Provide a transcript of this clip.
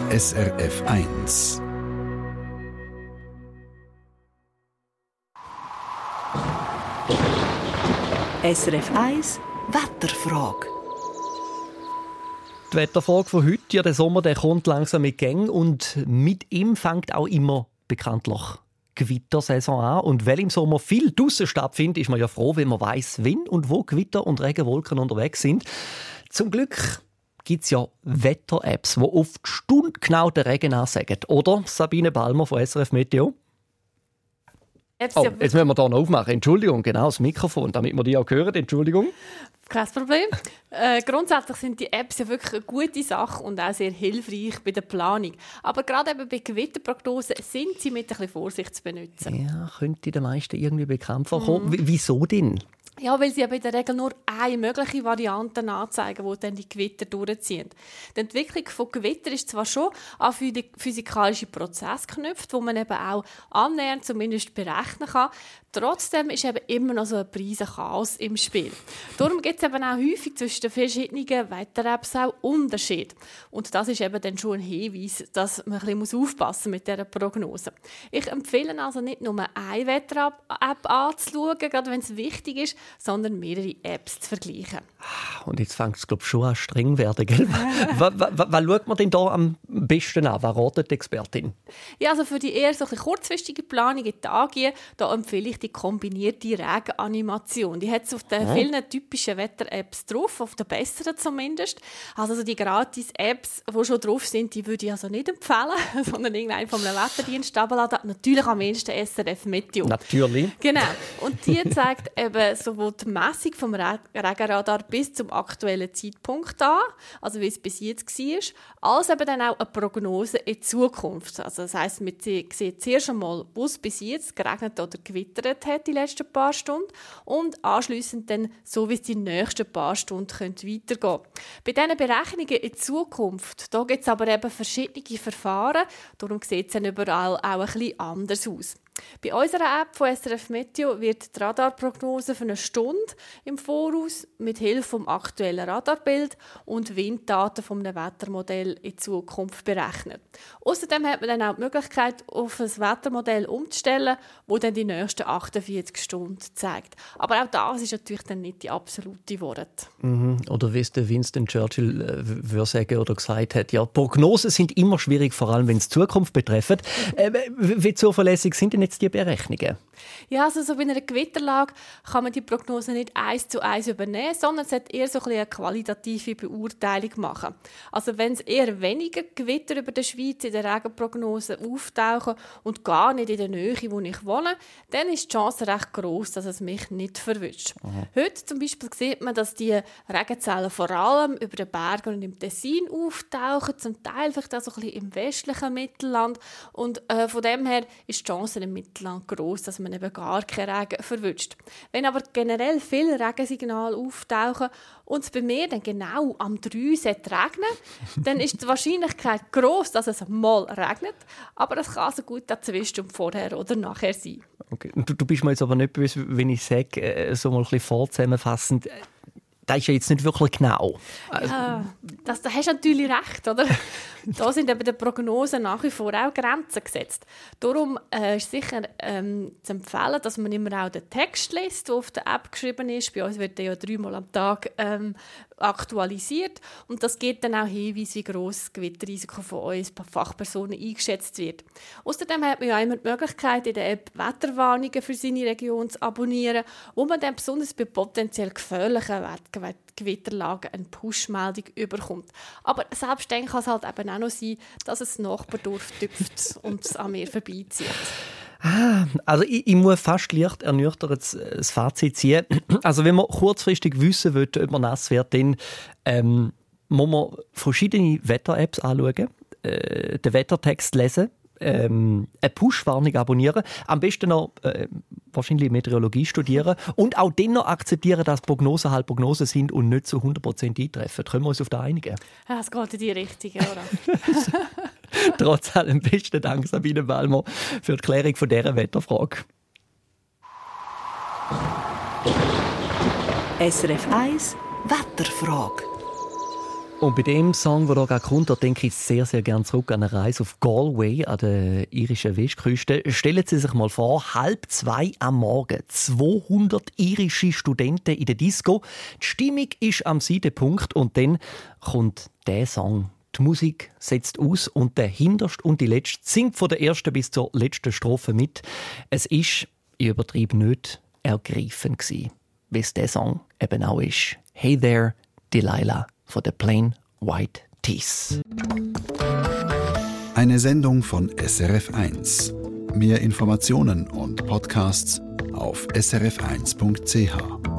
SRF 1. SRF 1 Wetterfrage. Die Wetterfrage von heute, ja, der Sommer der kommt langsam mit Gang und mit ihm fängt auch immer bekanntlich Gewittersaison an. Und weil im Sommer viel draussen stattfindet, ist man ja froh, wenn man weiss, wenn und wo Gewitter und Regenwolken unterwegs sind. Zum Glück gibt es ja Wetter-Apps, die auf die Stunde genau den Regen ansagen. Oder, Sabine Balmer von SRF Meteo? Jetzt müssen wir hier noch aufmachen. Entschuldigung, genau, das Mikrofon, damit wir die auch hören. Entschuldigung. Kein Problem. Grundsätzlich sind die Apps ja wirklich eine gute Sache und auch sehr hilfreich bei der Planung. Aber gerade eben bei Gewitterprognosen sind sie mit ein bisschen Vorsicht zu benutzen. Ja, könnte den meisten irgendwie bekannt vorkommen. Wieso denn? Ja, weil sie aber in der Regel nur eine mögliche Variante anzeigen, die dann die Gewitter durchziehen. Die Entwicklung von Gewitter ist zwar schon an physikalische Prozesse geknüpft, wo man eben auch annähernd zumindest berechnen kann. Trotzdem ist eben immer noch so ein Chaos im Spiel. Darum gibt es eben auch häufig zwischen den verschiedenen Wetter-Apps auch Unterschiede. Und das ist eben dann schon ein Hinweis, dass man ein bisschen aufpassen muss mit dieser Prognose. Ich empfehle also nicht nur eine Wetter-App anzuschauen, gerade wenn es wichtig ist, sondern mehrere Apps zu vergleichen. Und jetzt fängt es, glaube ich, schon an streng werden, gell? Was schaut man denn da am besten an? Was ratet die Expertin? Ja, also für die eher so ein kurzfristige Planung in die AG, da empfehle ich die kombinierte Regenanimation. Die hat es auf den vielen typischen Wetter-Apps drauf, auf den besseren zumindest. Also die Gratis-Apps, die schon drauf sind, die würde ich also nicht empfehlen, sondern irgendeinen von einem Wetterdienst runterladen. Natürlich am ehesten SRF Meteo. Natürlich. Genau. Und die zeigt eben sowohl die Messung vom Regenradar bis zum aktuellen Zeitpunkt an, also wie es bis jetzt war, als eben dann auch eine Prognose in die Zukunft. Also das heisst, man sieht zuerst einmal, wo es bis jetzt geregnet oder gewittert hat die letzten paar Stunden und anschliessend dann, so wie es die nächsten paar Stunden weitergehen könnte. Bei diesen Berechnungen in Zukunft, da gibt es aber eben verschiedene Verfahren, darum sieht es dann überall auch ein bisschen anders aus. Bei unserer App von SRF Meteo wird die Radarprognose für eine Stunde im Voraus mit Hilfe vom aktuellen Radarbild und Winddaten vom Wettermodell in Zukunft berechnet. Außerdem hat man dann auch die Möglichkeit, auf ein Wettermodell umzustellen, das dann die nächsten 48 Stunden zeigt. Aber auch das ist natürlich dann nicht die absolute Wahrheit. Oder wie es der Winston Churchill würde sagen oder gesagt hat, ja, Prognosen sind immer schwierig, vor allem wenn es die Zukunft betreffen. Wie zuverlässig sind denn jetzt die Berechnungen? Ja, also so bei einer Gewitterlage kann man die Prognose nicht 1:1 übernehmen, sondern es sollte eher so eine qualitative Beurteilung machen. Also wenn es eher weniger Gewitter über der Schweiz in der Regenprognose auftauchen und gar nicht in der Nähe, wo ich wohne, dann ist die Chance recht gross, dass es mich nicht verwischt. Heute zum Beispiel sieht man, dass die Regenzellen vor allem über den Bergen und im Tessin auftauchen, zum Teil vielleicht auch so ein bisschen im westlichen Mittelland. Und von dem her ist die Chance im Mittelland gross, dass man eben gar keinen Regen verwünscht. Wenn aber generell viele Regensignale auftauchen und es bei mir dann genau am 3 regnen, dann ist die Wahrscheinlichkeit gross, dass es mal regnet, aber es kann so gut auch zwischen vorher oder nachher sein. Okay. Du bist mir jetzt aber nicht böse, wenn ich sage, so mal ein bisschen vorzusammenfassend, das ist ja jetzt nicht wirklich genau. Ja, da hast du natürlich recht, oder? Da sind eben der Prognosen nach wie vor auch Grenzen gesetzt. Darum ist sicher zu empfehlen, dass man immer auch den Text liest, der auf der App geschrieben ist. Bei uns wird der ja 3-mal am Tag aktualisiert. Und das gibt dann auch Hinweise, wie gross das Gewitterrisiko von uns Fachpersonen eingeschätzt wird. Außerdem hat man ja immer die Möglichkeit, in der App Wetterwarnungen für seine Region zu abonnieren, wo man dann besonders bei potenziell gefährlichen Gewitterlagen eine Push-Meldung überkommt. Aber selbst dann kann es halt eben auch noch sein, dass es Nachbardorf tüpft und es an mir vorbeizieht. Also ich muss fast leicht ernüchtert das Fazit ziehen. Also wenn man kurzfristig wissen will, ob man nass wird, dann muss man verschiedene Wetter-Apps anschauen, den Wettertext lesen, eine Push-Warnung abonnieren, am besten noch wahrscheinlich Meteorologie studieren und auch dann noch akzeptieren, dass Prognosen halt Prognosen sind und nicht zu 100% eintreffen. Können wir uns auf das einigen? Ja, das geht in die Richtung, oder? Trotz allem besten Dank, Sabine Balmer, für die Klärung von dieser Wetterfrage. SRF 1 Wetterfrage. Und bei dem Song, der hier kommt, da denke ich sehr, sehr gerne zurück an eine Reise auf Galway, an der irischen Westküste. Stellen Sie sich mal vor, 1:30 am Morgen, 200 irische Studenten in der Disco. Die Stimmung ist am Seidenpunkt und dann kommt der Song. Die Musik setzt aus und der Hinterste und die Letzte singt von der ersten bis zur letzten Strophe mit. Es ist, ich übertreibe nicht, ergreifend gewesen, wie es der Song eben auch ist. Hey there, Delilah von The Plain White T's. Eine Sendung von SRF1. Mehr Informationen und Podcasts auf srf1.ch.